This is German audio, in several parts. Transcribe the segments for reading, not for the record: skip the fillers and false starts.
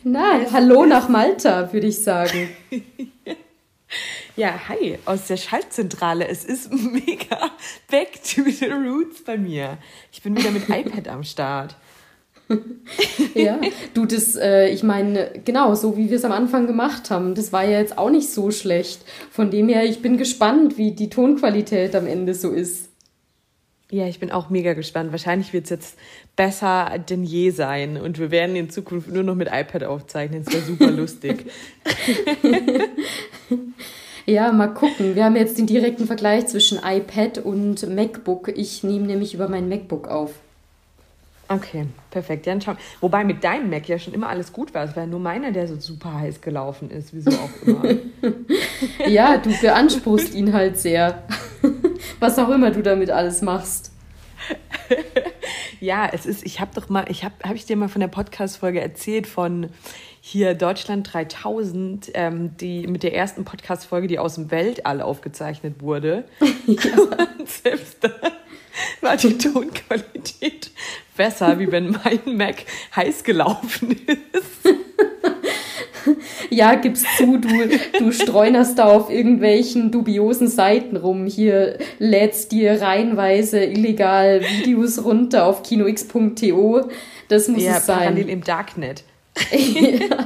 Na, hallo nach Malta, würde ich sagen. Ja, hi, aus der Schaltzentrale. Es ist mega back to the roots bei mir. Ich bin wieder mit iPad am Start. Ja, du, ich meine, genau, so wie wir es am Anfang gemacht haben, das war ja jetzt auch nicht so schlecht. Von dem her, ich bin gespannt, wie die Tonqualität am Ende so ist. Ja, ich bin auch mega gespannt. Wahrscheinlich wird es jetzt besser denn je sein. Und wir werden in Zukunft nur noch mit iPad aufzeichnen. Es wäre super lustig. Ja, mal gucken. Wir haben jetzt den direkten Vergleich zwischen iPad und MacBook. Ich nehme nämlich über mein MacBook auf. Okay, perfekt. Ja, dann schauen. Wobei mit deinem Mac ja schon immer alles gut war. Es war nur meiner, der so super heiß gelaufen ist. Wieso auch immer. Ja, du beanspruchst ihn halt sehr. Was auch immer du damit alles machst. Ja, habe ich dir mal von der Podcast-Folge erzählt von hier Deutschland 3000, die mit der ersten Podcast-Folge, die aus dem Weltall aufgezeichnet wurde. Ja. Und selbst da war die Tonqualität besser, wie wenn mein Mac heiß gelaufen ist. Ja, gib's zu, du streunerst da auf irgendwelchen dubiosen Seiten rum. Hier lädst dir reihenweise illegal Videos runter auf kinox.to. Das muss es sein. Parallel im Darknet. Ja.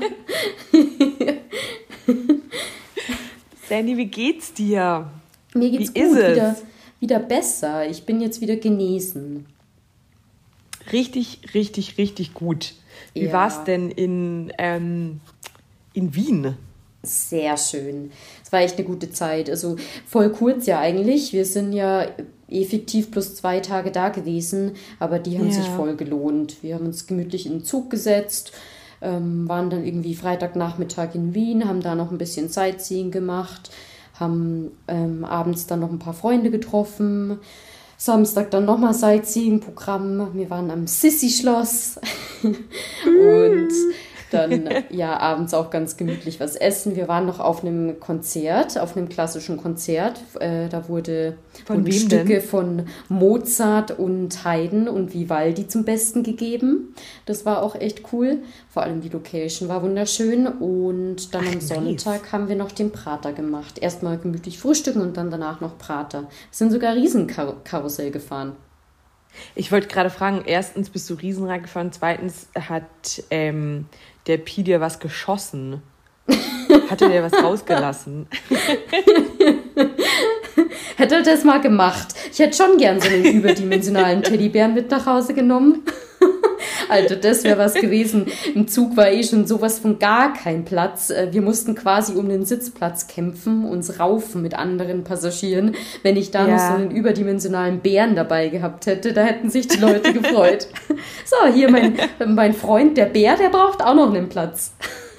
Sandy, wie geht's dir? Mir geht's gut, wieder besser. Ich bin jetzt wieder genesen. Richtig, richtig, richtig gut. Wie war's denn in Wien? Sehr schön. Es war echt eine gute Zeit. Also voll kurz ja eigentlich. Wir sind ja effektiv plus 2 Tage da gewesen, aber die haben sich voll gelohnt. Wir haben uns gemütlich in den Zug gesetzt, waren dann irgendwie Freitagnachmittag in Wien, haben da noch ein bisschen Sightseeing gemacht, haben abends dann noch ein paar Freunde getroffen. Samstag dann nochmal Sightseeing-Programm. Wir waren am Sissi-Schloss und dann abends auch ganz gemütlich was essen. Wir waren noch auf einem Konzert, auf einem klassischen Konzert. Da wurden Stücke von Mozart und Haydn und Vivaldi zum Besten gegeben. Das war auch echt cool. Vor allem die Location war wunderschön. Und dann am Sonntag haben wir noch den Prater gemacht. Erstmal gemütlich frühstücken und dann danach noch Prater. Wir sind sogar Riesenkarussell gefahren. Ich wollte gerade fragen, erstens bist du Riesenrad gefahren, zweitens hat der Pi dir was geschossen. Hat er dir was rausgelassen? Hätte er das mal gemacht. Ich hätte schon gern so einen überdimensionalen Teddybären mit nach Hause genommen. Alter, das wäre was gewesen. Im Zug war schon sowas von gar kein Platz. Wir mussten quasi um den Sitzplatz kämpfen, uns raufen mit anderen Passagieren. Wenn ich da noch so einen überdimensionalen Bären dabei gehabt hätte, da hätten sich die Leute gefreut. So, hier mein Freund, der Bär, der braucht auch noch einen Platz.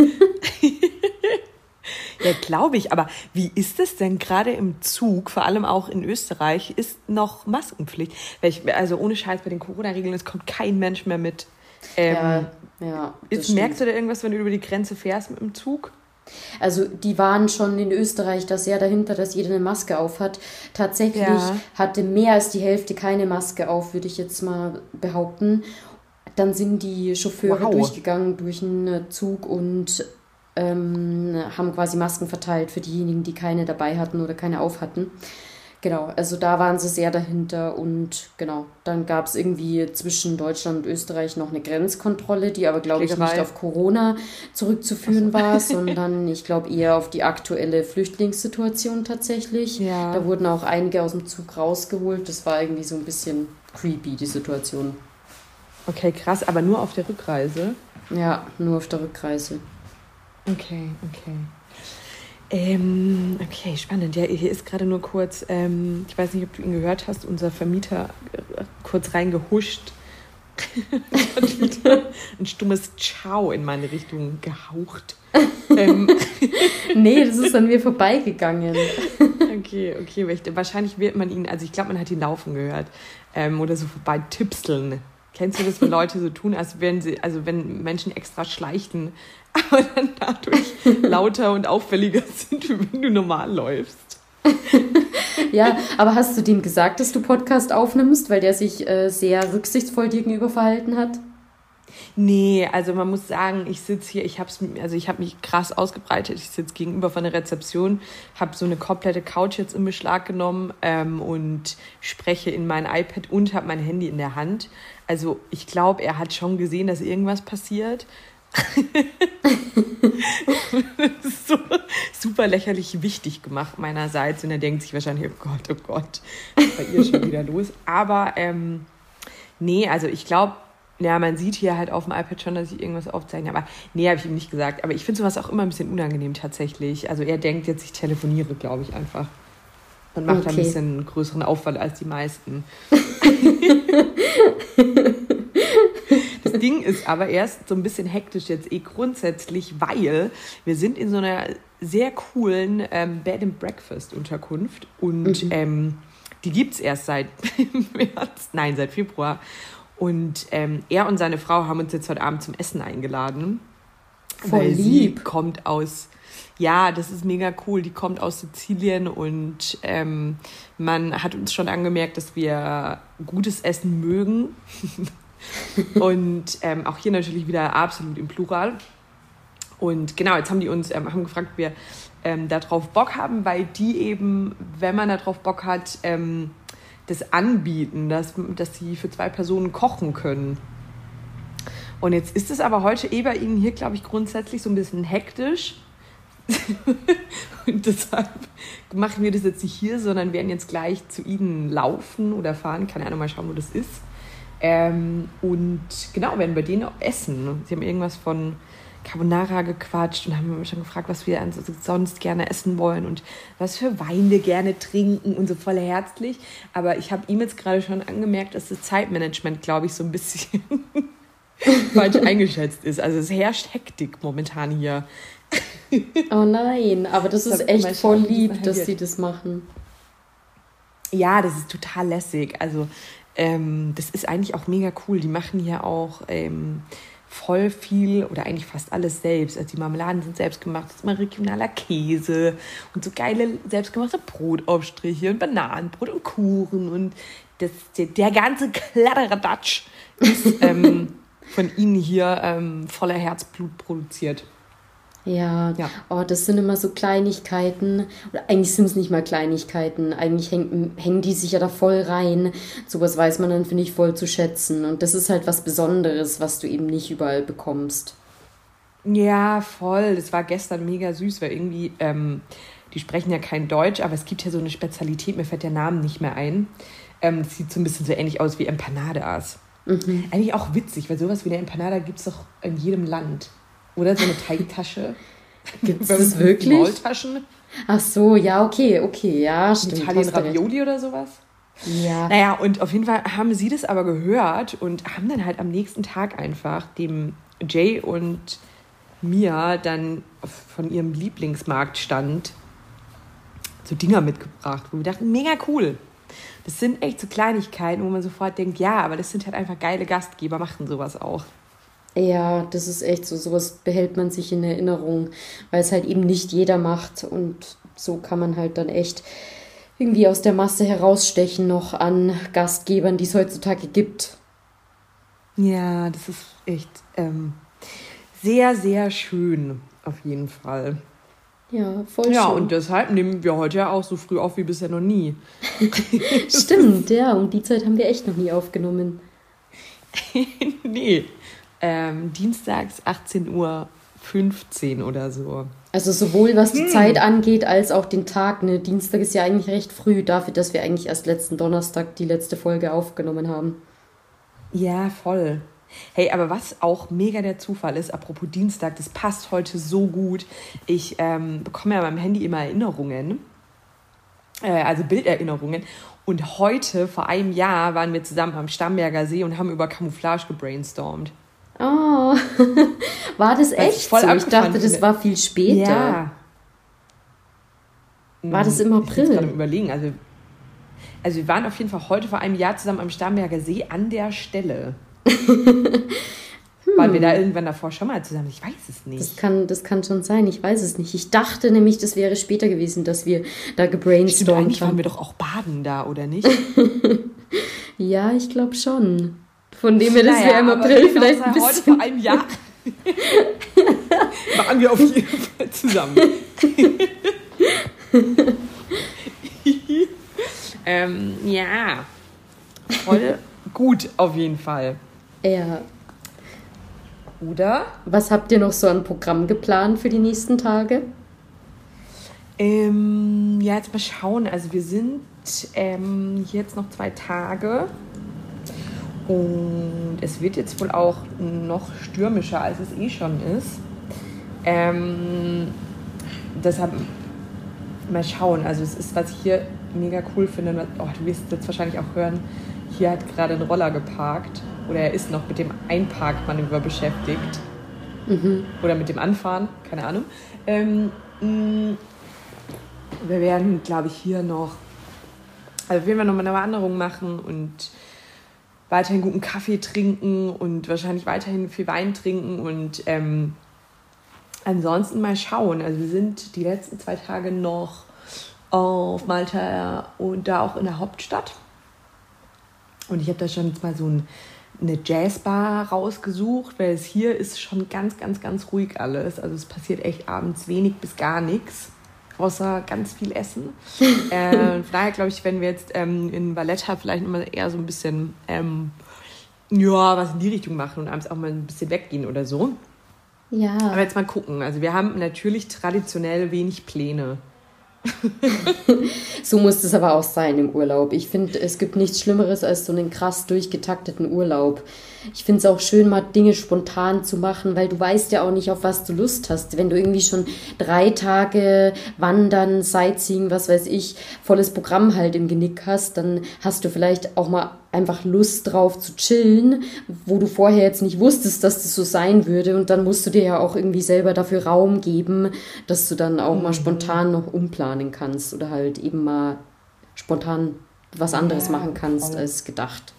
Ja, glaube ich. Aber wie ist es denn gerade im Zug, vor allem auch in Österreich, ist noch Maskenpflicht? Also ohne Scheiß bei den Corona-Regeln, es kommt kein Mensch mehr mit. Merkst du da irgendwas, wenn du über die Grenze fährst mit dem Zug? Also die waren schon in Österreich da sehr dahinter, dass jeder eine Maske auf hat. Tatsächlich hatte mehr als die Hälfte keine Maske auf, würde ich jetzt mal behaupten. Dann sind die Chauffeure durchgegangen durch den Zug und haben quasi Masken verteilt für diejenigen, die keine dabei hatten oder keine auf hatten. Genau, also da waren sie sehr dahinter und genau, dann gab es irgendwie zwischen Deutschland und Österreich noch eine Grenzkontrolle, die aber, glaube ich, nicht auf Corona zurückzuführen war, sondern ich glaube eher auf die aktuelle Flüchtlingssituation tatsächlich. Ja. Da wurden auch einige aus dem Zug rausgeholt, das war irgendwie so ein bisschen creepy, die Situation. Okay, krass, aber nur auf der Rückreise? Ja, nur auf der Rückreise. Okay. Okay, spannend. Ja, hier ist gerade nur kurz, ich weiß nicht, ob du ihn gehört hast, unser Vermieter kurz reingehuscht. Ein stummes Ciao in meine Richtung gehaucht. Nee, das ist an mir vorbeigegangen. Okay, wahrscheinlich wird man ihn, also ich glaube, man hat ihn laufen gehört oder so vorbei tipseln. Kennst du das, wenn Leute so tun, als wären sie, also wenn Menschen extra schleichen, aber dann dadurch lauter und auffälliger sind, wie wenn du normal läufst? Ja, aber hast du dem gesagt, dass du Podcast aufnimmst, weil der sich sehr rücksichtsvoll dir gegenüber verhalten hat? Nee, also man muss sagen, ich sitze hier, ich habe mich krass ausgebreitet. Ich sitze gegenüber von der Rezeption, habe so eine komplette Couch jetzt in Beschlag genommen und spreche in mein iPad und habe mein Handy in der Hand. Also ich glaube, er hat schon gesehen, dass irgendwas passiert. Das ist so super lächerlich wichtig gemacht meinerseits und er denkt sich wahrscheinlich, oh Gott, was ist bei ihr schon wieder los? Aber nee, also ich glaube, ja, man sieht hier halt auf dem iPad schon, dass ich irgendwas aufzeichne. Aber nee, habe ich ihm nicht gesagt. Aber ich finde sowas auch immer ein bisschen unangenehm tatsächlich. Also er denkt jetzt, ich telefoniere, glaube ich, einfach. Und macht ein bisschen größeren Aufwand als die meisten. Das Ding ist aber erst so ein bisschen hektisch jetzt grundsätzlich, weil wir sind in so einer sehr coolen Bed-and-Breakfast-Unterkunft. Und die gibt es erst seit seit Februar. Und er und seine Frau haben uns jetzt heute Abend zum Essen eingeladen. Voll lieb. Sie kommt aus, ja, das ist mega cool, die kommt aus Sizilien und man hat uns schon angemerkt, dass wir gutes Essen mögen. Und auch hier natürlich wieder absolut im Plural. Und genau, jetzt haben die uns haben gefragt, ob wir da drauf Bock haben, weil die eben, wenn man da drauf Bock hat, das anbieten, dass sie für 2 Personen kochen können. Und jetzt ist es aber heute bei Ihnen hier, glaube ich, grundsätzlich so ein bisschen hektisch. Und deshalb machen wir das jetzt nicht hier, sondern werden jetzt gleich zu Ihnen laufen oder fahren. Keine Ahnung, mal schauen, wo das ist. Und genau, werden bei denen auch essen. Sie haben irgendwas von Carbonara gequatscht und haben mich schon gefragt, was wir sonst gerne essen wollen und was für Wein wir gerne trinken und so voll herzlich. Aber ich habe ihm jetzt gerade schon angemerkt, dass das Zeitmanagement, glaube ich, so ein bisschen falsch eingeschätzt ist. Also es herrscht Hektik momentan hier. Oh nein, aber das ist echt voll lieb, dass sie das machen. Ja, das ist total lässig. Also das ist eigentlich auch mega cool. Die machen hier auch voll viel oder eigentlich fast alles selbst. Also die Marmeladen sind selbst gemacht, das ist immer regionaler Käse und so geile selbstgemachte Brotaufstriche und Bananenbrot und Kuchen und der ganze Kladderadatsch ist von ihnen hier voller Herzblut produziert. Ja. Oh, das sind immer so Kleinigkeiten. Oder eigentlich sind es nicht mal Kleinigkeiten. Eigentlich hängen die sich ja da voll rein. Sowas weiß man dann, finde ich, voll zu schätzen. Und das ist halt was Besonderes, was du eben nicht überall bekommst. Ja, voll. Das war gestern mega süß, weil irgendwie, die sprechen ja kein Deutsch, aber es gibt ja so eine Spezialität, mir fällt der Name nicht mehr ein. Das sieht so ein bisschen so ähnlich aus wie Empanadas. Mhm. Eigentlich auch witzig, weil sowas wie eine Empanada gibt es doch in jedem Land. Oder so eine Teigtasche. Gibt es das wirklich? Maultaschen. Ach so, ja, okay, ja, stimmt. Italien Ravioli oder sowas. Ja. Naja, und auf jeden Fall haben sie das aber gehört und haben dann halt am nächsten Tag einfach dem Jay und mir dann von ihrem Lieblingsmarktstand so Dinger mitgebracht, wo wir dachten, mega cool. Das sind echt so Kleinigkeiten, wo man sofort denkt, ja, aber das sind halt einfach geile Gastgeber, machen sowas auch. Ja, das ist echt so. Sowas behält man sich in Erinnerung, weil es halt eben nicht jeder macht. Und so kann man halt dann echt irgendwie aus der Masse herausstechen noch an Gastgebern, die es heutzutage gibt. Ja, das ist echt sehr, sehr schön, auf jeden Fall. Ja, voll schön. Ja, und deshalb nehmen wir heute ja auch so früh auf wie bisher noch nie. Stimmt, ja. Um die Zeit haben wir echt noch nie aufgenommen. Nee. Dienstags 18:15 Uhr oder so. Also sowohl was die Zeit angeht, als auch den Tag. Ne? Dienstag ist ja eigentlich recht früh dafür, dass wir eigentlich erst letzten Donnerstag die letzte Folge aufgenommen haben. Ja, voll. Hey, aber was auch mega der Zufall ist, apropos Dienstag, das passt heute so gut. Ich bekomme ja beim Handy immer Erinnerungen, also Bilderinnerungen. Und heute, vor einem Jahr, waren wir zusammen am Starnberger See und haben über Camouflage gebrainstormt. Oh, war das echt so? Ich dachte, das war viel später. Ja. War das im April? Ich bin gerade am Überlegen. Also wir waren auf jeden Fall heute vor einem Jahr zusammen am Starnberger See an der Stelle. Waren wir da irgendwann davor schon mal zusammen? Ich weiß es nicht. Das kann schon sein, ich weiß es nicht. Ich dachte nämlich, das wäre später gewesen, dass wir da gebrainstormt haben. Eigentlich waren wir doch auch baden da, oder nicht? Ja, ich glaube schon. Von dem her, das wäre im April vielleicht ein bisschen... Heute vor einem Jahr waren wir auf jeden Fall zusammen. Ja, voll gut auf jeden Fall. Ja. Oder? Was habt ihr noch so an Programm geplant für die nächsten Tage? Ja, jetzt mal schauen. Also wir sind hier jetzt noch 2 Tage und es wird jetzt wohl auch noch stürmischer, als es eh schon ist. Deshalb mal schauen. Also es ist, was ich hier mega cool finde, du wirst jetzt wahrscheinlich auch hören, hier hat gerade ein Roller geparkt oder er ist noch mit dem Einparkmanöver beschäftigt. Oder mit dem Anfahren, keine Ahnung. Wir werden, glaube ich, hier noch, also werden wir noch mal eine Wanderung machen und weiterhin guten Kaffee trinken und wahrscheinlich weiterhin viel Wein trinken und ansonsten mal schauen. Also wir sind die letzten 2 Tage noch auf Malta und da auch in der Hauptstadt. Und ich habe da schon jetzt mal so eine Jazzbar rausgesucht, weil es hier ist schon ganz, ganz, ganz ruhig alles. Also es passiert echt abends wenig bis gar nichts, außer ganz viel Essen. Von daher glaube ich, wenn wir jetzt in Valletta vielleicht nochmal eher so ein bisschen was in die Richtung machen und abends auch mal ein bisschen weggehen oder so. Ja. Aber jetzt mal gucken. Also wir haben natürlich traditionell wenig Pläne. So muss es aber auch sein im Urlaub. Ich finde, es gibt nichts Schlimmeres als so einen krass durchgetakteten Urlaub. Ich finde es auch schön, mal Dinge spontan zu machen, weil du weißt ja auch nicht, auf was du Lust hast. Wenn du irgendwie schon 3 Tage wandern, Sightseeing, was weiß ich, volles Programm halt im Genick hast, dann hast du vielleicht auch mal einfach Lust drauf zu chillen, wo du vorher jetzt nicht wusstest, dass das so sein würde. Und dann musst du dir ja auch irgendwie selber dafür Raum geben, dass du dann auch mal spontan noch umplanen kannst oder halt eben mal spontan was anderes machen kannst als gedacht.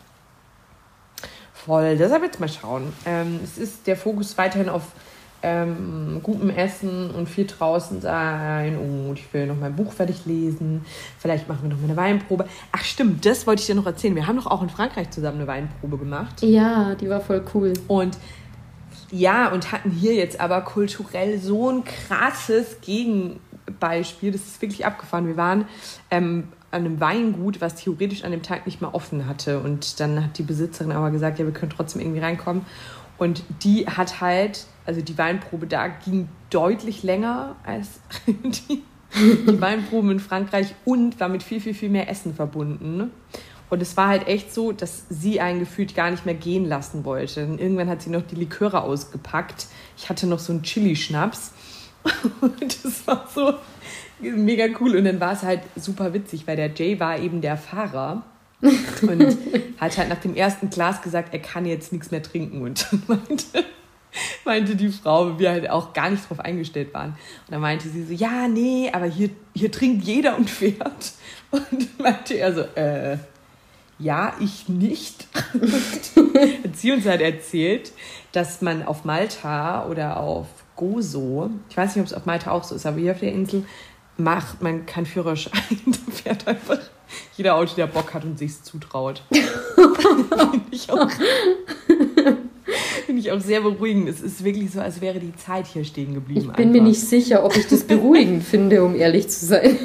Voll, deshalb jetzt mal schauen. Es ist der Fokus weiterhin auf gutem Essen und viel draußen sein und ich will noch mein Buch fertig lesen. Vielleicht machen wir noch mal eine Weinprobe. Ach stimmt, das wollte ich dir noch erzählen. Wir haben doch auch in Frankreich zusammen eine Weinprobe gemacht. Ja, die war voll cool. Und hatten hier jetzt aber kulturell so ein krasses Gegenbeispiel. Das ist wirklich abgefahren. Wir waren an einem Weingut, was theoretisch an dem Tag nicht mal offen hatte. Und dann hat die Besitzerin aber gesagt, ja, wir können trotzdem irgendwie reinkommen. Und die hat halt, also die Weinprobe da ging deutlich länger als die Weinproben in Frankreich und war mit viel, viel, viel mehr Essen verbunden. Und es war halt echt so, dass sie einen gefühlt gar nicht mehr gehen lassen wollte. Und irgendwann hat sie noch die Liköre ausgepackt. Ich hatte noch so einen Chili-Schnaps. Und das war so mega cool. Und dann war es halt super witzig, weil der Jay war eben der Fahrer. Und hat halt nach dem ersten Glas gesagt, er kann jetzt nichts mehr trinken. Und dann meinte die Frau, wie wir halt auch gar nicht drauf eingestellt waren. Und dann meinte sie so, ja, nee, aber hier trinkt jeder und fährt. Und meinte er so, ja, ich nicht. Und hat sie uns halt erzählt, dass man auf Malta oder auf Gozo, ich weiß nicht, ob es auf Malta auch so ist, aber hier auf der Insel macht man keinen Führerschein. Da fährt einfach jeder Auto, der Bock hat und sich's zutraut. Finde ich auch sehr beruhigend. Es ist wirklich so, als wäre die Zeit hier stehen geblieben. Ich bin mir nicht sicher, ob ich das beruhigend finde, um ehrlich zu sein.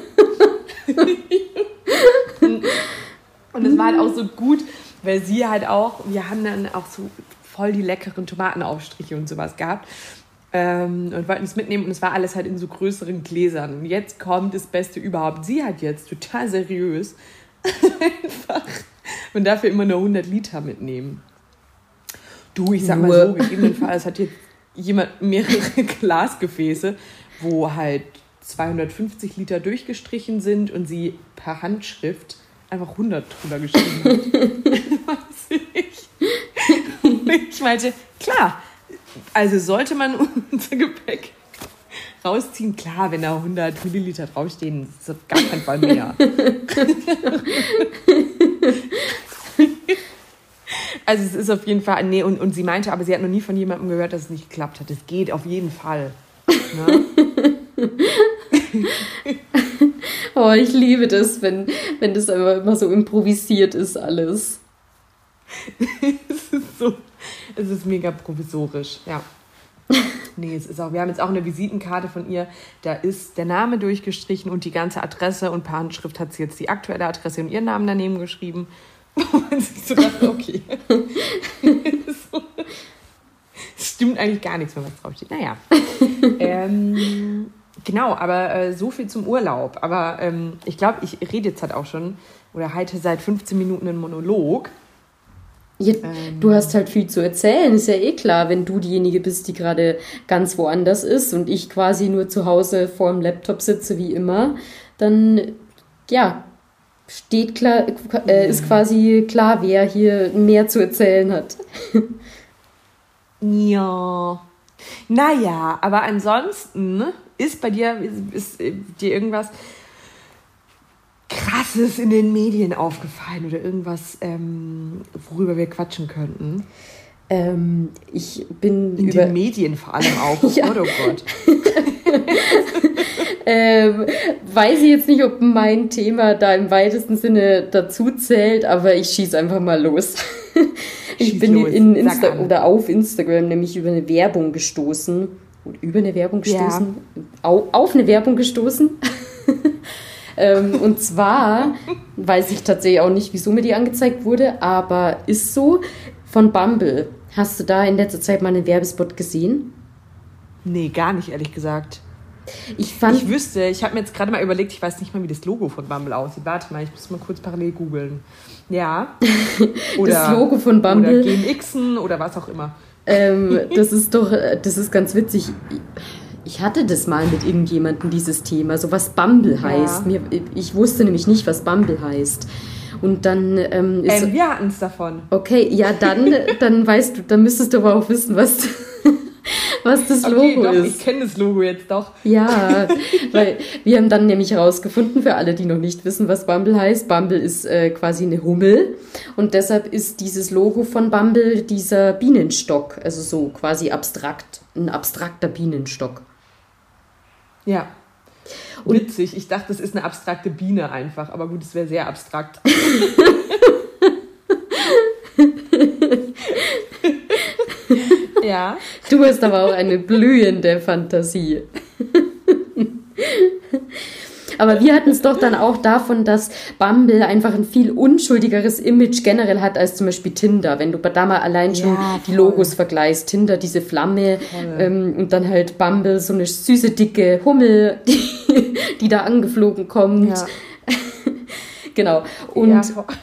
Und es war halt auch so gut, weil sie halt auch, wir haben dann auch so voll die leckeren Tomatenaufstriche und sowas gehabt. Und wollten es mitnehmen und es war alles halt in so größeren Gläsern. Und jetzt kommt das Beste überhaupt. Sie hat jetzt total seriös einfach und dafür immer nur 100 Liter mitnehmen. Du, ich sag mal so, gegebenenfalls hat jetzt jemand mehrere Glasgefäße, wo halt 250 Liter durchgestrichen sind und sie per Handschrift einfach 100 drüber geschrieben hat. Ich meinte, klar, also sollte man unser Gepäck rausziehen, klar, wenn da 100 Milliliter draufstehen, ist das auf gar keinen Fall mehr. Also es ist auf jeden Fall, nee, und sie meinte, aber sie hat noch nie von jemandem gehört, dass es nicht geklappt hat. Es geht auf jeden Fall. Ne? Oh, ich liebe das, wenn das einfach immer so improvisiert ist alles. Es ist mega provisorisch, ja. Nee, es ist auch, wir haben jetzt auch eine Visitenkarte von ihr, da ist der Name durchgestrichen und die ganze Adresse und per Handschrift hat sie jetzt die aktuelle Adresse und ihren Namen daneben geschrieben. Und ich so dachte, okay. So. Es stimmt eigentlich gar nichts, wenn was draufsteht. Naja. Genau, aber so viel zum Urlaub. Aber ich glaube, ich rede jetzt halt auch schon oder halte seit 15 Minuten einen Monolog. Ja, du hast halt viel zu erzählen, ist ja eh klar, wenn du diejenige bist, die gerade ganz woanders ist und ich quasi nur zu Hause vor dem Laptop sitze wie immer, dann, ja, steht klar, ist quasi klar, wer hier mehr zu erzählen hat. Ja, naja, aber ansonsten ist bei dir, ist dir irgendwas Krasses in den Medien aufgefallen oder irgendwas, worüber wir quatschen könnten? Ich bin in den Medien vor allem auch. Ja. Oh Gott. Weiß ich jetzt nicht, ob mein Thema da im weitesten Sinne dazu zählt, aber ich schieße einfach mal los. Ich bin auf Instagram nämlich über eine Werbung gestoßen. Auf eine Werbung gestoßen. Und zwar weiß ich tatsächlich auch nicht, wieso mir die angezeigt wurde, aber ist so, von Bumble. Hast du da in letzter Zeit mal einen Werbespot gesehen? Nee, gar nicht, ehrlich gesagt. Ich habe mir jetzt gerade mal überlegt, ich weiß nicht mal, wie das Logo von Bumble aussieht. Warte mal, ich muss mal kurz parallel googeln. Ja. Oder, das Logo von Bumble. Oder GMXen oder was auch immer. Das ist ganz witzig. Ich hatte das mal mit irgendjemandem, dieses Thema, so was Bumble heißt. Ja. Ich wusste nämlich nicht, was Bumble heißt. Und dann wir hatten es davon. Okay, ja, dann weißt du, dann müsstest du aber auch wissen, was das Logo doch, ist. Ich kenne das Logo jetzt doch. Ja, weil wir haben dann nämlich herausgefunden, für alle, die noch nicht wissen, was Bumble heißt, Bumble ist quasi eine Hummel und deshalb ist dieses Logo von Bumble dieser Bienenstock, also so quasi ein abstrakter Bienenstock. Ja. Und witzig, ich dachte, das ist eine abstrakte Biene einfach, aber gut, es wäre sehr abstrakt. Ja. Du hast aber auch eine blühende Fantasie. Aber wir hatten es doch dann auch davon, dass Bumble einfach ein viel unschuldigeres Image generell hat als zum Beispiel Tinder. Wenn du da mal allein schon die Logos vergleichst. Tinder, diese Flamme und dann halt Bumble, so eine süße, dicke Hummel, die da angeflogen kommt. Ja. Genau. Und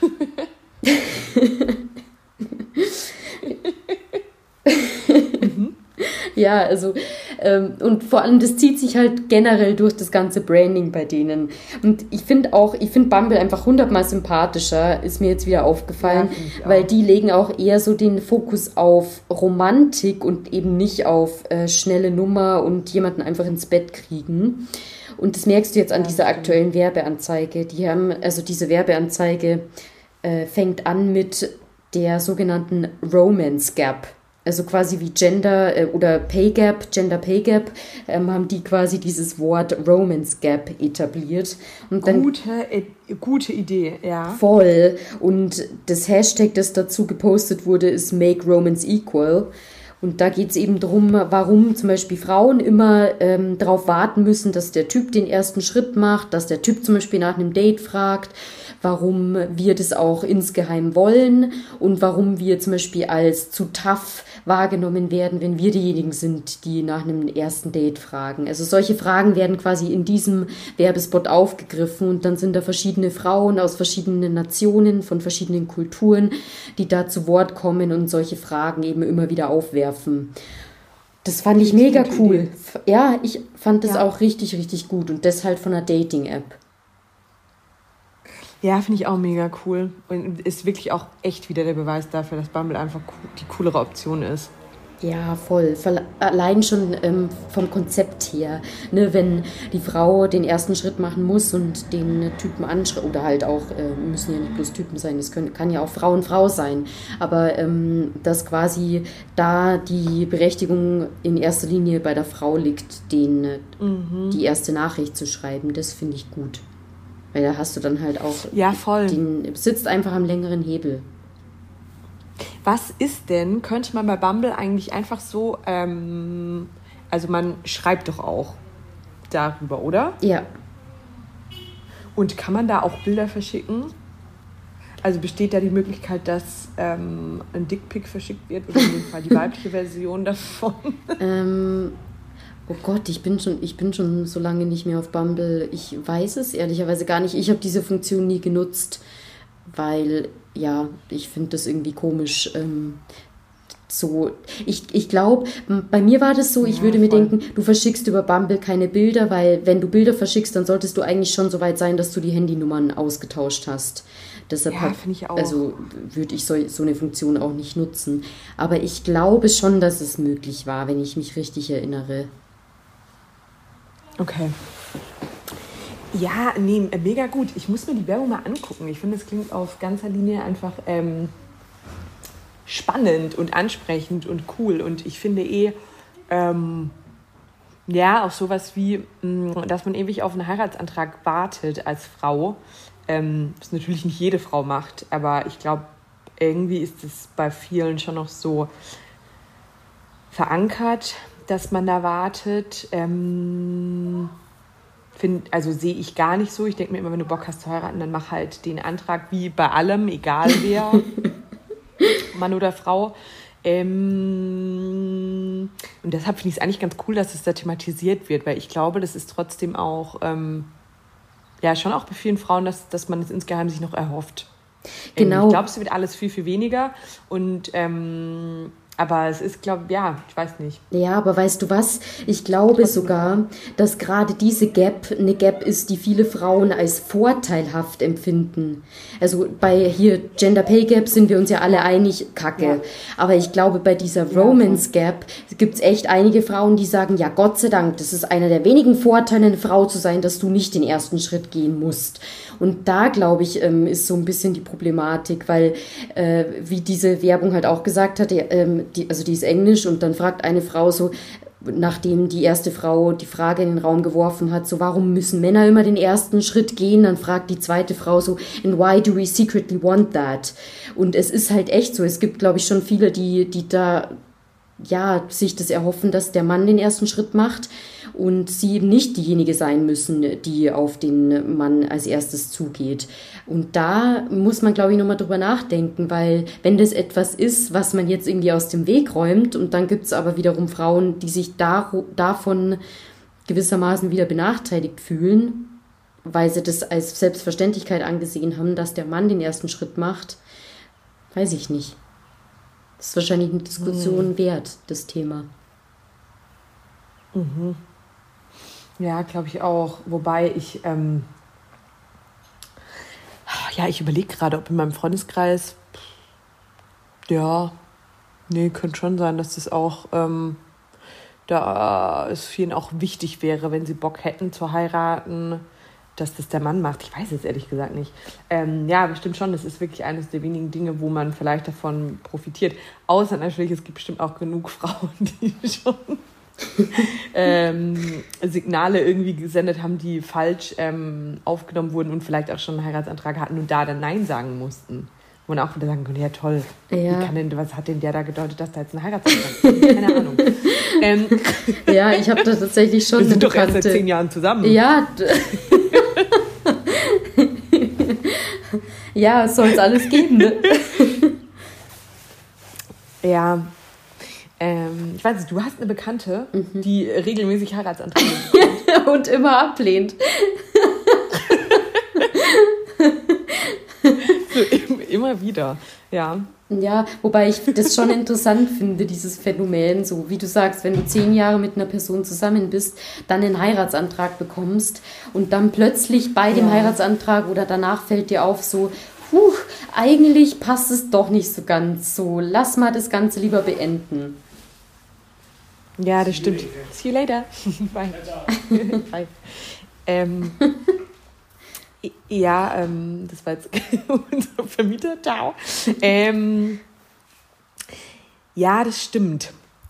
ja, also und vor allem, das zieht sich halt generell durch das ganze Branding bei denen. Und ich finde Bumble einfach 100-mal sympathischer, ist mir jetzt wieder aufgefallen, weil die legen auch eher so den Fokus auf Romantik und eben nicht auf schnelle Nummer und jemanden einfach ins Bett kriegen. Und das merkst du jetzt an dieser aktuellen Werbeanzeige. Diese Werbeanzeige fängt an mit der sogenannten Romance Gap. Also quasi wie Gender Pay Gap, haben die quasi dieses Wort Romance Gap etabliert. Und dann, gute Idee, ja. Voll. Und das Hashtag, das dazu gepostet wurde, ist Make Romance Equal. Und da geht es eben darum, warum zum Beispiel Frauen immer darauf warten müssen, dass der Typ den ersten Schritt macht, dass der Typ zum Beispiel nach einem Date fragt, warum wir das auch insgeheim wollen und warum wir zum Beispiel als zu tough wahrgenommen werden, wenn wir diejenigen sind, die nach einem ersten Date fragen. Also solche Fragen werden quasi in diesem Werbespot aufgegriffen und dann sind da verschiedene Frauen aus verschiedenen Nationen, von verschiedenen Kulturen, die da zu Wort kommen und solche Fragen eben immer wieder aufwerfen. Das fand ich mega cool. Ja, ich fand das auch richtig, richtig gut und das halt von einer Dating-App. Ja, finde ich auch mega cool. Und ist wirklich auch echt wieder der Beweis dafür, dass Bumble einfach die coolere Option ist. Ja, voll. Allein schon vom Konzept her. Ne, wenn die Frau den ersten Schritt machen muss und den Typen anschreibt, oder halt auch, müssen ja nicht bloß Typen sein, das kann ja auch Frau sein. Aber dass quasi da die Berechtigung in erster Linie bei der Frau liegt, die erste Nachricht zu schreiben, das finde ich gut. Weil da hast du dann halt auch, ja, voll. sitzt einfach am längeren Hebel. Was ist denn, könnte man bei Bumble eigentlich einfach so, also man schreibt doch auch darüber, oder? Ja. Und kann man da auch Bilder verschicken? Also besteht da die Möglichkeit, dass ein Dickpic verschickt wird oder in dem Fall die weibliche Version davon? Oh Gott, ich bin schon so lange nicht mehr auf Bumble. Ich weiß es ehrlicherweise gar nicht. Ich habe diese Funktion nie genutzt, weil, ja, ich finde das irgendwie komisch. Ich glaube, bei mir war das so, ich würde mir denken, du verschickst über Bumble keine Bilder, weil wenn du Bilder verschickst, dann solltest du eigentlich schon so weit sein, dass du die Handynummern ausgetauscht hast. Deshalb finde ich auch. Also würde ich so eine Funktion auch nicht nutzen. Aber ich glaube schon, dass es möglich war, wenn ich mich richtig erinnere. Okay. Ja, nee, mega gut. Ich muss mir die Werbung mal angucken. Ich finde, es klingt auf ganzer Linie einfach spannend und ansprechend und cool. Und ich finde auch sowas wie, dass man ewig auf einen Heiratsantrag wartet als Frau. Was natürlich nicht jede Frau macht, aber ich glaube, irgendwie ist es bei vielen schon noch so verankert, dass man da wartet. Also sehe ich gar nicht so. Ich denke mir immer, wenn du Bock hast zu heiraten, dann mach halt den Antrag wie bei allem, egal wer, Mann oder Frau. Und deshalb finde ich es eigentlich ganz cool, dass es da thematisiert wird, weil ich glaube, das ist trotzdem auch, schon auch bei vielen Frauen, dass man es insgeheim sich noch erhofft. Genau. Ich glaube, es wird alles viel, viel weniger und aber es ist, glaube ich, ich weiß nicht. Ja, aber weißt du was? Ich glaube sogar, dass gerade diese Gap eine Gap ist, die viele Frauen als vorteilhaft empfinden. Also bei hier Gender Pay Gap sind wir uns ja alle einig, Kacke. Ja. Aber ich glaube, bei dieser Romance Gap gibt es echt einige Frauen, die sagen, ja, Gott sei Dank, das ist einer der wenigen Vorteile, eine Frau zu sein, dass du nicht den ersten Schritt gehen musst. Und da, glaube ich, ist so ein bisschen die Problematik, weil, wie diese Werbung halt auch gesagt hat, die ist Englisch und dann fragt eine Frau so, nachdem die erste Frau die Frage in den Raum geworfen hat, so, warum müssen Männer immer den ersten Schritt gehen? Dann fragt die zweite Frau so, and why do we secretly want that? Und es ist halt echt so, es gibt, glaube ich, schon viele, die da, sich das erhoffen, dass der Mann den ersten Schritt macht und sie eben nicht diejenige sein müssen, die auf den Mann als erstes zugeht. Und da muss man, glaube ich, nochmal drüber nachdenken, weil wenn das etwas ist, was man jetzt irgendwie aus dem Weg räumt und dann gibt es aber wiederum Frauen, die sich davon gewissermaßen wieder benachteiligt fühlen, weil sie das als Selbstverständlichkeit angesehen haben, dass der Mann den ersten Schritt macht, weiß ich nicht. Das ist wahrscheinlich eine Diskussion wert, das Thema. Mhm. Ja, glaube ich auch. Wobei ich, ich überlege gerade, ob in meinem Freundeskreis, könnte schon sein, dass das auch, da es vielen auch wichtig wäre, wenn sie Bock hätten zu heiraten, dass das der Mann macht. Ich weiß es ehrlich gesagt nicht. Bestimmt schon. Das ist wirklich eines der wenigen Dinge, wo man vielleicht davon profitiert. Außer natürlich, es gibt bestimmt auch genug Frauen, die schon Signale irgendwie gesendet haben, die falsch aufgenommen wurden und vielleicht auch schon einen Heiratsantrag hatten und da dann Nein sagen mussten. Wo man auch wieder sagen könnte, ja toll, was hat denn der da gedeutet, dass da jetzt ein Heiratsantrag ist? Keine Ahnung. Ich habe da tatsächlich schon... Wir sind doch erst seit 10 Jahren zusammen. Ja, es soll es alles geben, ne? Ja, ich weiß nicht, du hast eine Bekannte, die regelmäßig Heiratsanträge bekommt. Und immer ablehnt. So, immer wieder, ja. Ja, wobei ich das schon interessant finde, dieses Phänomen, so wie du sagst, wenn du 10 Jahre mit einer Person zusammen bist, dann einen Heiratsantrag bekommst und dann plötzlich bei dem Heiratsantrag oder danach fällt dir auf so, eigentlich passt es doch nicht so ganz so, lass mal das Ganze lieber beenden. Ja, das stimmt. See you later. Bye. Bye. Das war jetzt unser Vermieter. Ciao. Das stimmt.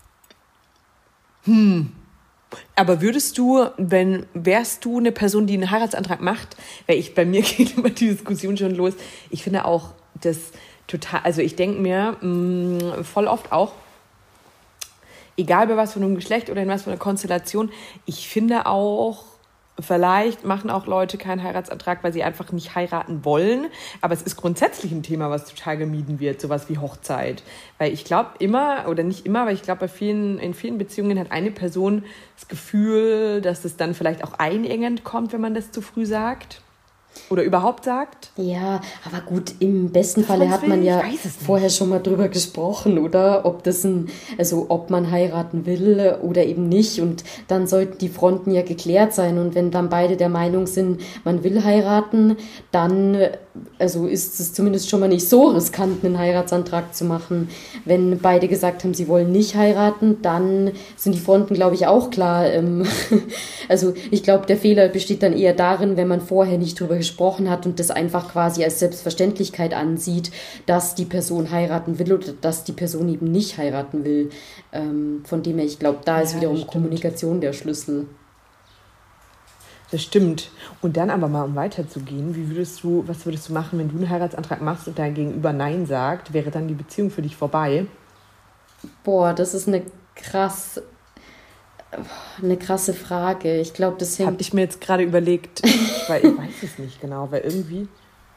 Aber wärst du eine Person, die einen Heiratsantrag macht? Weil bei mir geht immer die Diskussion schon los. Ich finde auch, dass total, also ich denke mir voll oft auch, egal bei was für einem Geschlecht oder in was für einer Konstellation, ich finde auch, vielleicht machen auch Leute keinen Heiratsantrag, weil sie einfach nicht heiraten wollen. Aber es ist grundsätzlich ein Thema, was total gemieden wird, sowas wie Hochzeit. Weil ich glaube immer, oder nicht immer, aber ich glaube, in vielen Beziehungen hat eine Person das Gefühl, dass es dann vielleicht auch einengend kommt, wenn man das zu früh sagt. Oder überhaupt sagt. Ja, aber gut, im besten Falle hat man ja vorher schon mal drüber gesprochen, oder? Ob man heiraten will oder eben nicht. Und dann sollten die Fronten ja geklärt sein. Und wenn dann beide der Meinung sind, man will heiraten, dann ist es zumindest schon mal nicht so riskant, einen Heiratsantrag zu machen. Wenn beide gesagt haben, sie wollen nicht heiraten, dann sind die Fronten, glaube ich, auch klar. Ich glaube, der Fehler besteht dann eher darin, wenn man vorher nicht drüber gesprochen hat und das einfach quasi als Selbstverständlichkeit ansieht, dass die Person heiraten will oder dass die Person eben nicht heiraten will. Von dem her, ich glaube, da ist wiederum Kommunikation der Schlüssel. Das stimmt. Und dann aber mal, um weiterzugehen, was würdest du machen, wenn du einen Heiratsantrag machst und dein Gegenüber Nein sagt? Wäre dann die Beziehung für dich vorbei? Boah, das ist eine krasse Frage. Ich glaube, das hängt... Habe ich mir jetzt gerade überlegt, weil ich weiß es nicht genau, weil irgendwie...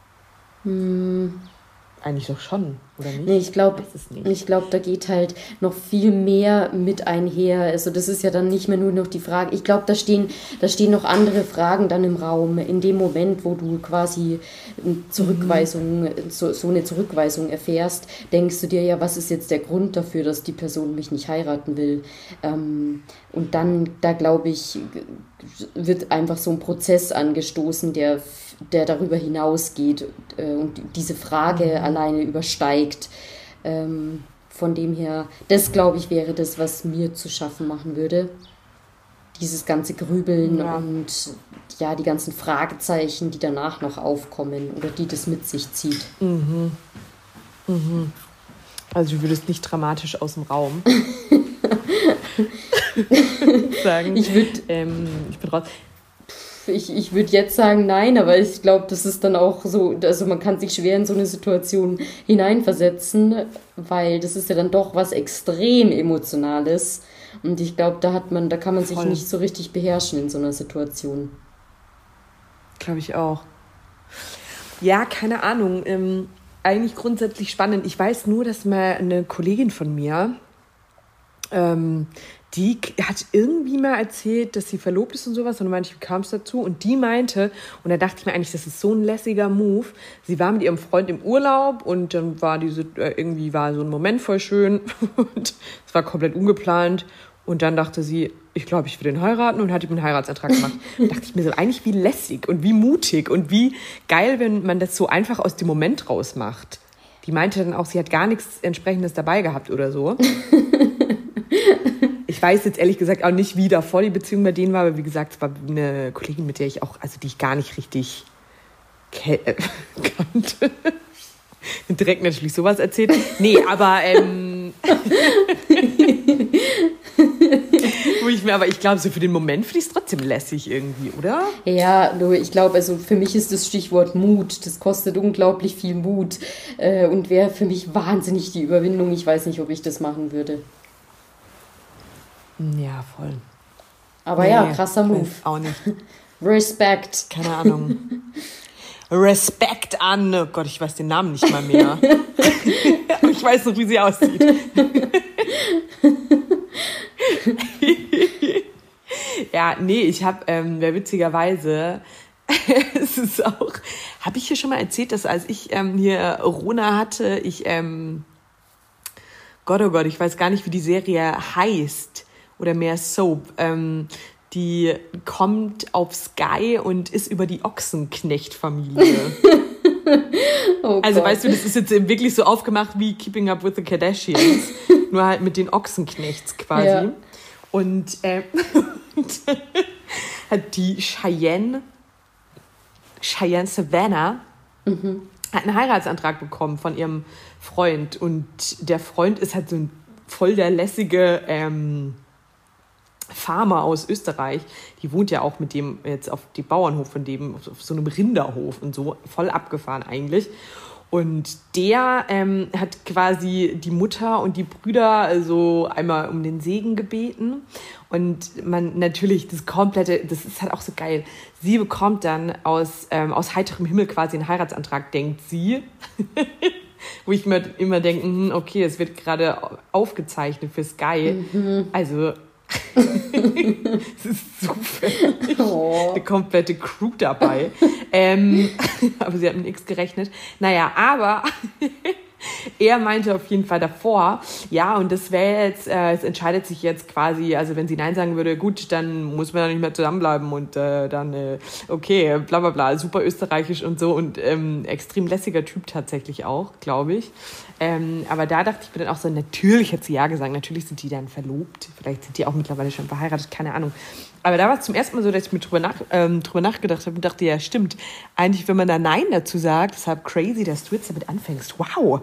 Eigentlich doch schon, oder nicht? Nee, ich glaube, da geht halt noch viel mehr mit einher. Also das ist ja dann nicht mehr nur noch die Frage. Ich glaube, da stehen noch andere Fragen dann im Raum. In dem Moment, wo du quasi so eine Zurückweisung erfährst, denkst du dir ja, was ist jetzt der Grund dafür, dass die Person mich nicht heiraten will? Und dann, da glaube ich, wird einfach so ein Prozess angestoßen, der darüber hinausgeht und diese Frage alleine übersteigt. Von dem her, das glaube ich wäre das, was mir zu schaffen machen würde. Dieses ganze Grübeln und ja, die ganzen Fragezeichen, die danach noch aufkommen oder die das mit sich zieht. Also du würdest nicht dramatisch aus dem Raum sagen, ich bin raus. Ich würde jetzt sagen nein, aber ich glaube, das ist dann auch so, also man kann sich schwer in so eine Situation hineinversetzen, weil das ist ja dann doch was extrem Emotionales und ich glaube, da kann man sich nicht so richtig beherrschen in so einer Situation. Glaube ich auch. Ja, keine Ahnung, eigentlich grundsätzlich spannend. Ich weiß nur, dass mal eine Kollegin von mir, die hat irgendwie mal erzählt, dass sie verlobt ist und sowas. Und dann meinte ich, wie kam es dazu? Und die meinte, und da dachte ich mir eigentlich, das ist so ein lässiger Move. Sie war mit ihrem Freund im Urlaub und dann war irgendwie war so ein Moment voll schön. Und es war komplett ungeplant. Und dann dachte sie, ich glaube, ich will den heiraten und hat ihm einen Heiratsantrag gemacht. Da dachte ich mir so, eigentlich wie lässig und wie mutig und wie geil, wenn man das so einfach aus dem Moment rausmacht. Die meinte dann auch, sie hat gar nichts Entsprechendes dabei gehabt oder so. Ich weiß jetzt ehrlich gesagt auch nicht, wie davor die Beziehung bei denen war, aber wie gesagt, es war eine Kollegin, mit der ich auch, also die ich gar nicht richtig kannte. Direkt natürlich sowas erzählt. Nee, aber ich glaube, so für den Moment finde ich es trotzdem lässig irgendwie, oder? Ja, nur ich glaube, also für mich ist das Stichwort Mut. Das kostet unglaublich viel Mut und wäre für mich wahnsinnig die Überwindung. Ich weiß nicht, ob ich das machen würde. Ja, voll. Aber nee, ja, krasser Move. Auch nicht. Respekt. Keine Ahnung. Respekt an. Oh Gott, ich weiß den Namen nicht mal mehr. Ich weiß noch, wie sie aussieht. Ja, nee, ich habe witzigerweise, es ist auch, habe ich hier schon mal erzählt, dass als ich hier Rona hatte, Gott, oh Gott, ich weiß gar nicht, wie die Serie heißt oder mehr Soap. Die kommt auf Sky und ist über die Ochsenknecht-Familie. Oh also Gott. Weißt du, das ist jetzt wirklich so aufgemacht wie Keeping Up with the Kardashians, nur halt mit den Ochsenknechts quasi. Ja. Und hat die Cheyenne Savannah hat einen Heiratsantrag bekommen von ihrem Freund. Und der Freund ist halt so ein voll der lässige Farmer aus Österreich. Die wohnt ja auch mit dem jetzt auf dem Bauernhof von dem, auf so einem Rinderhof und so, voll abgefahren eigentlich. Und der hat quasi die Mutter und die Brüder also einmal um den Segen gebeten. Und man natürlich das ist halt auch so geil. Sie bekommt dann aus heiterem Himmel quasi einen Heiratsantrag, denkt sie. Wo ich mir immer denke, okay, es wird gerade aufgezeichnet für Sky. Also, es ist zufällig. Eine komplette Crew dabei. Aber sie hat mit nichts gerechnet. Naja, aber er meinte auf jeden Fall davor, ja, und das wäre jetzt, es entscheidet sich jetzt quasi, also wenn sie Nein sagen würde, gut, dann muss man ja nicht mehr zusammenbleiben und okay, bla bla bla, super österreichisch und so und extrem lässiger Typ tatsächlich auch, glaube ich. Aber da dachte ich mir dann auch so, natürlich hat sie ja gesagt, natürlich sind die dann verlobt, vielleicht sind die auch mittlerweile schon verheiratet, keine Ahnung. Aber da war es zum ersten Mal so, dass ich mir drüber nachgedacht habe und dachte, ja stimmt, eigentlich wenn man da Nein dazu sagt, deshalb crazy, dass du jetzt damit anfängst, wow.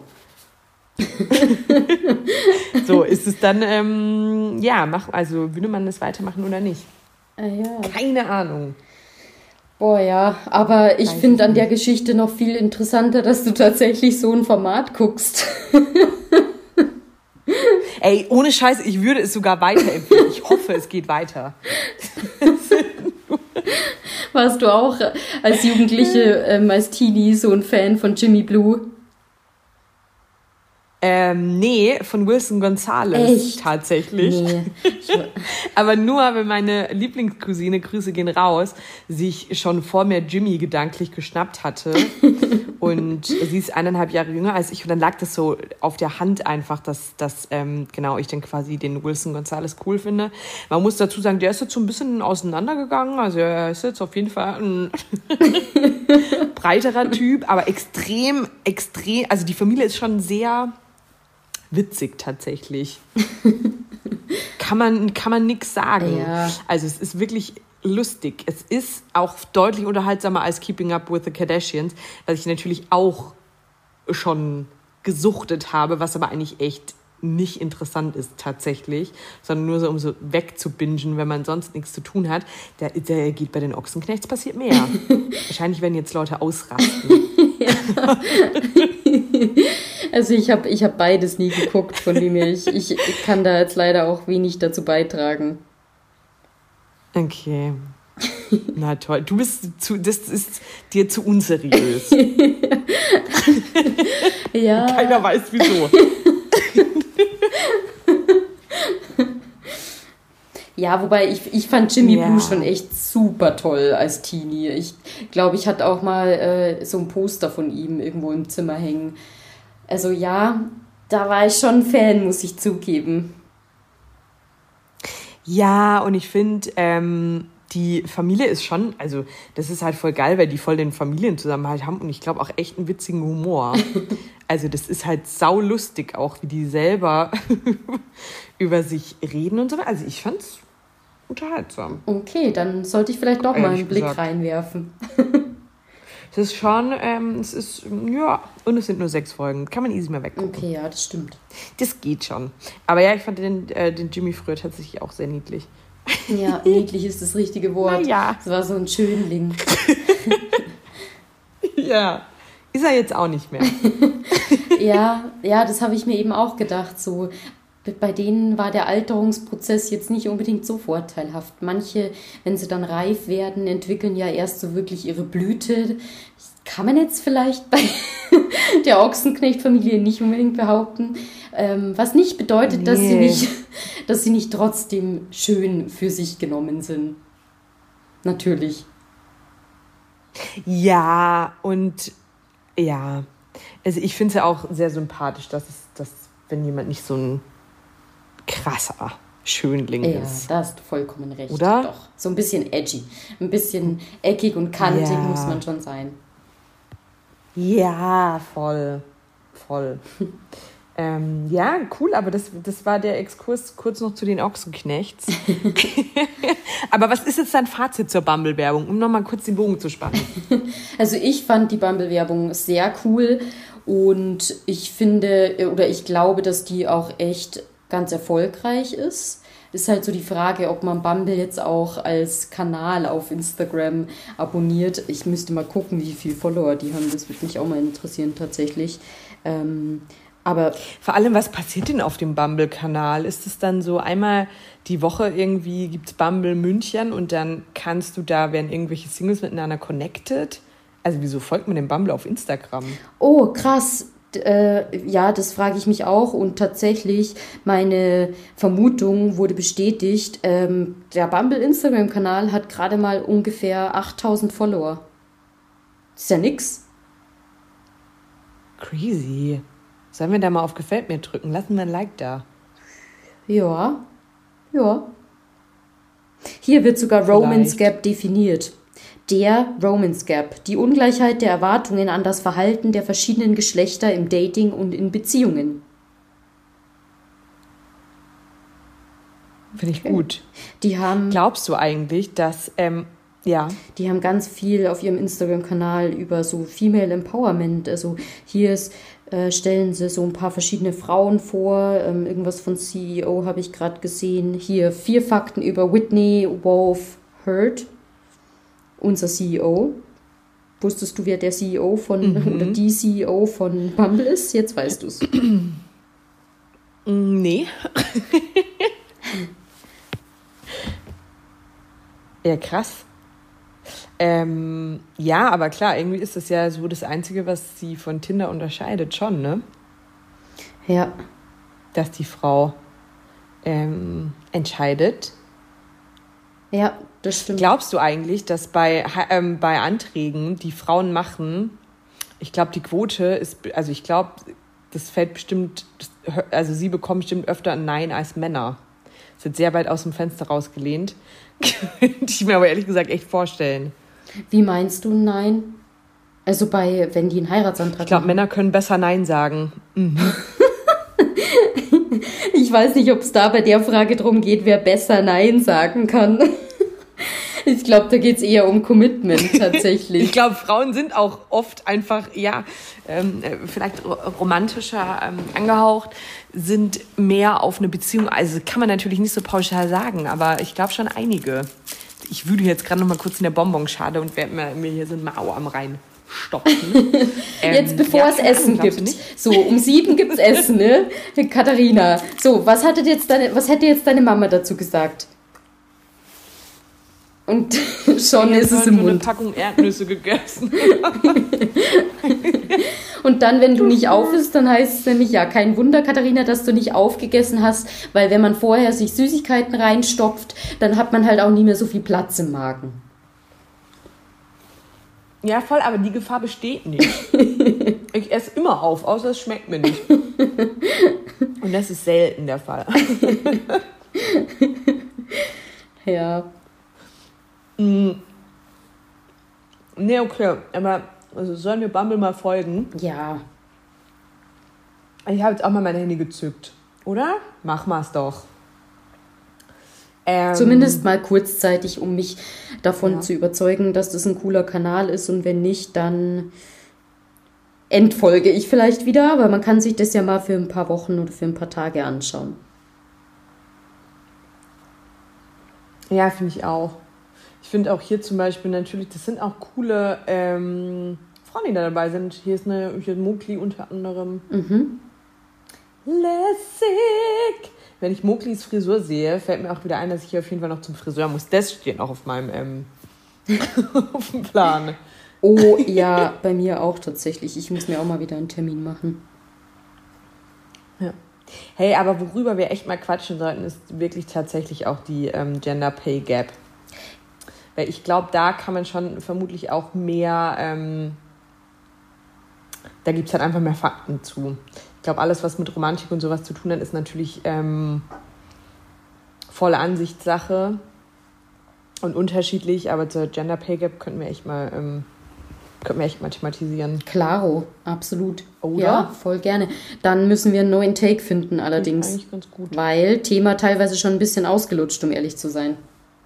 So, ist es dann, würde man das weitermachen oder nicht? Ja. Keine Ahnung. Boah, ja, aber ich finde an der Geschichte noch viel interessanter, dass du tatsächlich so ein Format guckst. Ey, ohne Scheiß, ich würde es sogar weiterempfehlen. Ich hoffe, es geht weiter. Warst du auch als Jugendliche, als Teenie so ein Fan von Jimmy Blue? Nee, von Wilson Gonzalez. Echt? Tatsächlich. Nee. Aber nur, wenn meine Lieblingscousine, Grüße gehen raus, sich schon vor mir Jimmy gedanklich geschnappt hatte. Und sie ist 1,5 Jahre jünger als ich. Und dann lag das so auf der Hand einfach, dass ich dann quasi den Wilson Gonzalez cool finde. Man muss dazu sagen, der ist jetzt so ein bisschen auseinandergegangen. Also er ist jetzt auf jeden Fall ein breiterer Typ, aber extrem, also die Familie ist schon sehr witzig tatsächlich. Kann man nix sagen. Ja. Also es ist wirklich lustig. Es ist auch deutlich unterhaltsamer als Keeping Up with the Kardashians, was ich natürlich auch schon gesuchtet habe, was aber eigentlich echt nicht interessant ist tatsächlich, sondern nur so, um so wegzubingen, wenn man sonst nichts zu tun hat. Der geht bei den Ochsenknechts, passiert mehr. Wahrscheinlich werden jetzt Leute ausrasten. Ja. Also ich hab beides nie geguckt, von dem her ich kann da jetzt leider auch wenig dazu beitragen. Okay. Na toll. Das ist dir zu unseriös. Ja. Keiner weiß wieso. Ja, wobei ich fand Jimmy Blue schon echt super toll als Teenie. Ich glaube, ich hatte auch mal so ein Poster von ihm irgendwo im Zimmer hängen. Also ja, da war ich schon Fan, muss ich zugeben. Ja, und ich finde, die Familie ist schon, also das ist halt voll geil, weil die voll den Familienzusammenhalt haben und ich glaube auch echt einen witzigen Humor. Also das ist halt saulustig auch, wie die selber über sich reden und so weiter. Also ich fand's unterhaltsam. Okay, dann sollte ich vielleicht doch mal einen Blick reinwerfen. Es ist schon, und es sind nur 6 Folgen. Kann man easy mal weggucken. Okay, ja, das stimmt. Das geht schon. Aber ja, ich fand den Jimmy früher tatsächlich auch sehr niedlich. Ja, niedlich ist das richtige Wort. Ja. Es war so ein Schönling. Ja, ist er jetzt auch nicht mehr. Ja, das habe ich mir eben auch gedacht. So, bei denen war der Alterungsprozess jetzt nicht unbedingt so vorteilhaft. Manche, wenn sie dann reif werden, entwickeln ja erst so wirklich ihre Blüte. Kann man jetzt vielleicht bei der Ochsenknecht-Familie nicht unbedingt behaupten. Was nicht bedeutet, dass sie nicht trotzdem schön für sich genommen sind. Natürlich. Ja, und ja, also ich finde es ja auch sehr sympathisch, dass wenn jemand nicht so ein krasser Schönling ist. Ja, da hast du vollkommen recht. Oder? Doch, so ein bisschen edgy. Ein bisschen eckig und kantig muss man schon sein. Ja, voll. Ja, cool, aber das war der Exkurs kurz noch zu den Ochsenknechts. Aber was ist jetzt dein Fazit zur Bumble-Werbung, um nochmal kurz den Bogen zu spannen? Also ich fand die Bumble-Werbung sehr cool und ich glaube, dass die auch echt ganz erfolgreich ist. ist halt so die Frage, ob man Bumble jetzt auch als Kanal auf Instagram abonniert. Ich müsste mal gucken, wie viele Follower die haben. Das würde mich auch mal interessieren tatsächlich. Aber vor allem, was passiert denn auf dem Bumble-Kanal? Ist es dann so, einmal die Woche irgendwie gibt es Bumble München und dann kannst du da, werden irgendwelche Singles miteinander connected? Also wieso folgt man dem Bumble auf Instagram? Oh, krass. Ja, das frage ich mich auch und tatsächlich, meine Vermutung wurde bestätigt. Der Bumble-Instagram-Kanal hat gerade mal ungefähr 8000 Follower. Das ist ja nix. Crazy. Sollen wir da mal auf Gefällt mir drücken? Lassen wir ein Like da. Ja. Hier wird sogar Romance Gap definiert. Der Romance Gap, die Ungleichheit der Erwartungen an das Verhalten der verschiedenen Geschlechter im Dating und in Beziehungen. Finde ich gut. Die haben, glaubst du eigentlich, dass, die haben ganz viel auf ihrem Instagram-Kanal über so Female Empowerment. Also hier stellen sie so ein paar verschiedene Frauen vor. Irgendwas von CEO habe ich gerade gesehen. Hier 4 Fakten über Whitney Wolfe Herd. Unser CEO. Wusstest du, wer der CEO oder die CEO von Bumble ist? Jetzt weißt du es. Nee. Ja, krass. Ja, aber klar, irgendwie ist das ja so das Einzige, was sie von Tinder unterscheidet, schon, ne? Ja. Dass die Frau entscheidet. Ja, das stimmt. Glaubst du eigentlich, dass bei Anträgen, die Frauen machen, ich glaube, die Quote ist, also ich glaube, das fällt bestimmt, also sie bekommen bestimmt öfter ein Nein als Männer. Das wird sehr weit aus dem Fenster rausgelehnt. Könnte ich mir aber ehrlich gesagt echt vorstellen. Wie meinst du Nein? Also wenn die einen Heiratsantrag Ich glaube, Männer können besser Nein sagen. Mhm. Ich weiß nicht, ob es da bei der Frage darum geht, wer besser Nein sagen kann. Ich glaube, da geht es eher um Commitment tatsächlich. Ich glaube, Frauen sind auch oft einfach, vielleicht romantischer angehaucht, sind mehr auf eine Beziehung, also kann man natürlich nicht so pauschal sagen, aber ich glaube schon einige. Ich wühle jetzt gerade noch mal kurz in der Bonbonschale und werde mir hier so ein Mao am Rhein stopfen. Jetzt, bevor es Essen gibt. So, um 7 gibt es Essen, ne? Katharina, so, was hätte jetzt deine Mama dazu gesagt? Und schon ist es im Mund. Eine Packung Erdnüsse gegessen. Und dann, wenn du nicht auf isst, dann heißt es nämlich, ja, kein Wunder, Katharina, dass du nicht aufgegessen hast, weil wenn man vorher sich Süßigkeiten reinstopft, dann hat man halt auch nie mehr so viel Platz im Magen. Ja, voll, aber die Gefahr besteht nicht. Ich esse immer auf, außer es schmeckt mir nicht. Und das ist selten der Fall. Ja. Nee, okay, aber also sollen wir Bumble mal folgen? Ja. Ich habe jetzt auch mal mein Handy gezückt, oder? Mach mal's doch. Zumindest mal kurzzeitig, um mich davon zu überzeugen, dass das ein cooler Kanal ist und wenn nicht, dann entfolge ich vielleicht wieder, aber man kann sich das ja mal für ein paar Wochen oder für ein paar Tage anschauen. Ja, finde ich auch. Ich finde auch hier zum Beispiel natürlich, das sind auch coole Frauen, die da dabei sind. Hier ist Mowgli unter anderem. Mhm. Lässig! Wenn ich Mowglis Frisur sehe, fällt mir auch wieder ein, dass ich hier auf jeden Fall noch zum Friseur muss. Das steht auch auf meinem auf dem Plan. Oh ja, bei mir auch tatsächlich. Ich muss mir auch mal wieder einen Termin machen. Ja. Hey, aber worüber wir echt mal quatschen sollten, ist wirklich tatsächlich auch die Gender Pay Gap. Weil ich glaube, da kann man schon vermutlich auch mehr, da gibt es halt einfach mehr Fakten zu. Ich glaube, alles, was mit Romantik und sowas zu tun hat, ist natürlich volle Ansichtssache und unterschiedlich, aber zur Gender Pay Gap könnten wir echt mal thematisieren. Klaro, absolut. Oder? Ja, voll gerne. Dann müssen wir einen neuen Take finden allerdings. Eigentlich ganz gut. Weil Thema teilweise schon ein bisschen ausgelutscht, um ehrlich zu sein.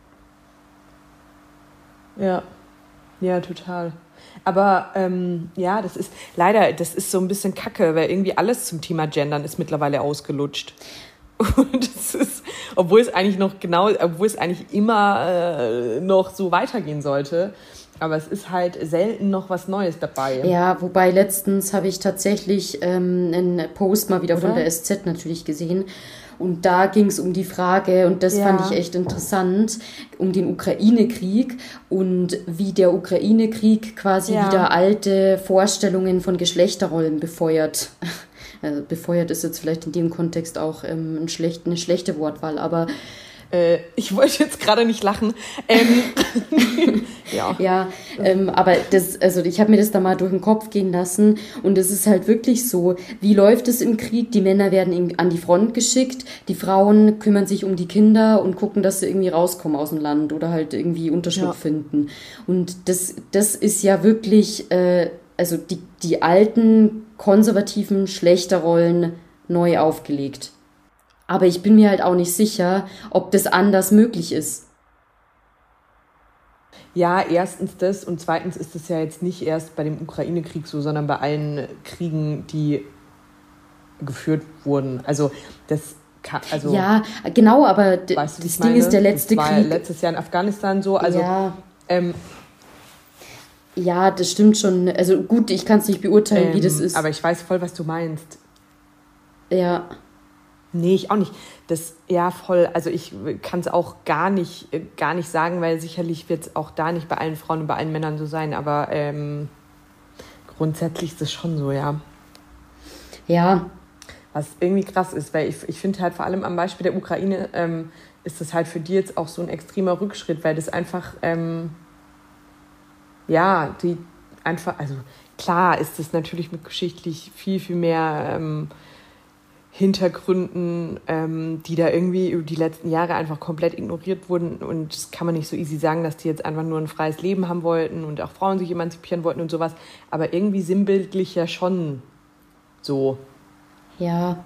Ja, total. Aber das ist so ein bisschen Kacke, weil irgendwie alles zum Thema Gendern ist mittlerweile ausgelutscht. Und es ist, obwohl es eigentlich immer noch so weitergehen sollte. Aber es ist halt selten noch was Neues dabei. Ja, wobei letztens habe ich tatsächlich einen Post mal wieder von der SZ natürlich gesehen. Und da ging es um die Frage, und das fand ich echt interessant, um den Ukraine-Krieg und wie der Ukraine-Krieg quasi wieder alte Vorstellungen von Geschlechterrollen befeuert. Also befeuert ist jetzt vielleicht in dem Kontext auch eine schlechte Wortwahl, aber ich wollte jetzt gerade nicht lachen. Aber ich habe mir das da mal durch den Kopf gehen lassen und es ist halt wirklich so, wie läuft es im Krieg? Die Männer werden an die Front geschickt, die Frauen kümmern sich um die Kinder und gucken, dass sie irgendwie rauskommen aus dem Land oder halt irgendwie Unterschlupf finden. Und das ist ja wirklich, die alten konservativen Geschlechterrollen neu aufgelegt. Aber ich bin mir halt auch nicht sicher, ob das anders möglich ist. Ja, erstens das und zweitens ist es ja jetzt nicht erst bei dem Ukraine-Krieg so, sondern bei allen Kriegen, die geführt wurden. Also ja, genau, aber das Ding ist, der letzte Krieg... Das war letztes Jahr in Afghanistan so, also... Ja, das stimmt schon. Also gut, ich kann es nicht beurteilen, wie das ist. Aber ich weiß voll, was du meinst. Ja. Nee, ich auch nicht. Voll. Also ich kann es auch gar nicht sagen, weil sicherlich wird es auch da nicht bei allen Frauen und bei allen Männern so sein. Aber grundsätzlich ist es schon so, ja. Ja. Was irgendwie krass ist, weil ich finde halt vor allem am Beispiel der Ukraine ist das halt für die jetzt auch so ein extremer Rückschritt, weil das einfach, also klar ist das natürlich mit geschichtlich viel, viel mehr Hintergründen, die da irgendwie über die letzten Jahre einfach komplett ignoriert wurden. Und das kann man nicht so easy sagen, dass die jetzt einfach nur ein freies Leben haben wollten und auch Frauen sich emanzipieren wollten und sowas. Aber irgendwie sinnbildlich ja schon so. Ja.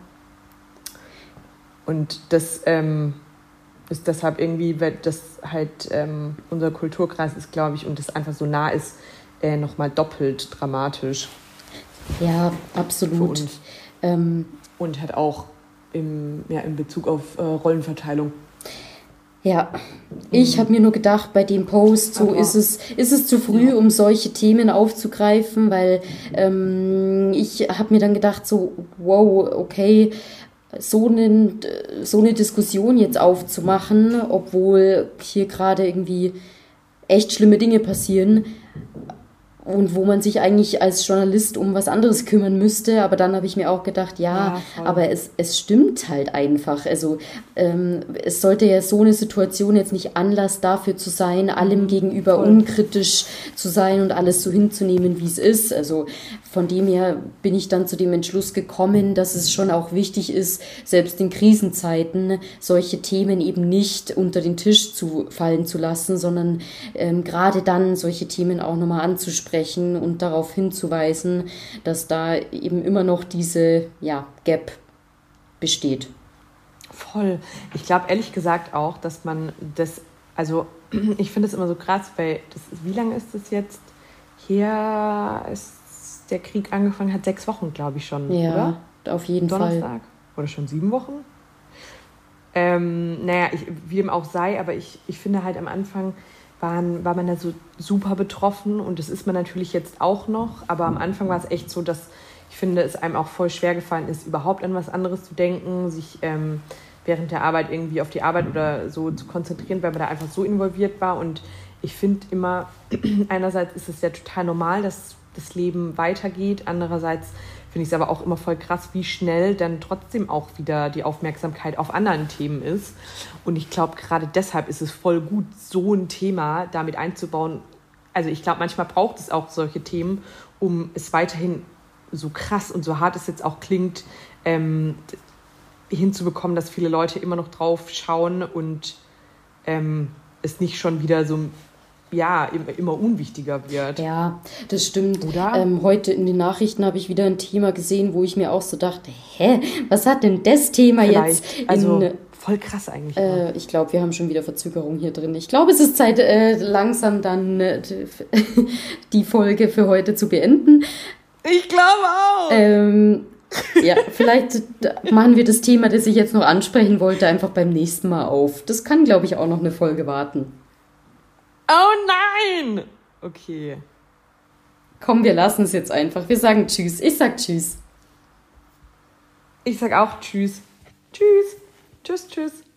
Und das ist deshalb irgendwie, weil das halt unser Kulturkreis ist, glaube ich, und das einfach so nah ist, nochmal doppelt dramatisch. Ja, absolut. Für uns. Und halt auch in Bezug auf Rollenverteilung. Ja, ich habe mir nur gedacht, bei dem Post, ist es zu früh, um solche Themen aufzugreifen, weil ich habe mir dann gedacht, so, wow, okay, so eine Diskussion jetzt aufzumachen, obwohl hier gerade irgendwie echt schlimme Dinge passieren und wo man sich eigentlich als Journalist um was anderes kümmern müsste, aber dann habe ich mir auch gedacht, aber es stimmt halt einfach. Also es sollte ja so eine Situation jetzt nicht Anlass dafür zu sein, allem gegenüber unkritisch zu sein und alles so hinzunehmen, wie es ist. Also von dem her bin ich dann zu dem Entschluss gekommen, dass es schon auch wichtig ist, selbst in Krisenzeiten solche Themen eben nicht unter den Tisch fallen zu lassen, sondern gerade dann solche Themen auch nochmal anzusprechen und darauf hinzuweisen, dass da eben immer noch diese Gap besteht. Voll. Ich glaube ehrlich gesagt auch, dass man das, also ich finde es immer so krass, weil wie lange ist das jetzt her, ist der Krieg angefangen hat? 6 Wochen, glaube ich schon, ja, oder? Auf jeden Donnerstag. Fall. Oder schon 7 Wochen? Wie dem auch sei, aber ich finde halt am Anfang war man da so super betroffen und das ist man natürlich jetzt auch noch, aber am Anfang war es echt so, dass ich finde, es einem auch voll schwer gefallen ist, überhaupt an was anderes zu denken, sich während der Arbeit irgendwie auf die Arbeit oder so zu konzentrieren, weil man da einfach so involviert war und ich finde immer, einerseits ist es ja total normal, dass das Leben weitergeht, andererseits finde ich es aber auch immer voll krass, wie schnell dann trotzdem auch wieder die Aufmerksamkeit auf anderen Themen ist. Und ich glaube, gerade deshalb ist es voll gut, so ein Thema damit einzubauen. Also ich glaube, manchmal braucht es auch solche Themen, um es weiterhin so krass und so hart es jetzt auch klingt, hinzubekommen, dass viele Leute immer noch drauf schauen und es nicht schon wieder so immer unwichtiger wird. Ja, das stimmt. Oder? Heute in den Nachrichten habe ich wieder ein Thema gesehen, wo ich mir auch so dachte, was hat denn das Thema jetzt? Voll krass eigentlich. Ich glaube, wir haben schon wieder Verzögerung hier drin. Ich glaube, es ist Zeit, langsam dann die Folge für heute zu beenden. Ich glaube auch. Ja, vielleicht machen wir das Thema, das ich jetzt noch ansprechen wollte, einfach beim nächsten Mal auf. Das kann, glaube ich, auch noch eine Folge warten. Oh nein! Okay. Komm, wir lassen es jetzt einfach. Wir sagen Tschüss. Ich sag Tschüss. Ich sag auch Tschüss. Tschüss. Tschüss, tschüss.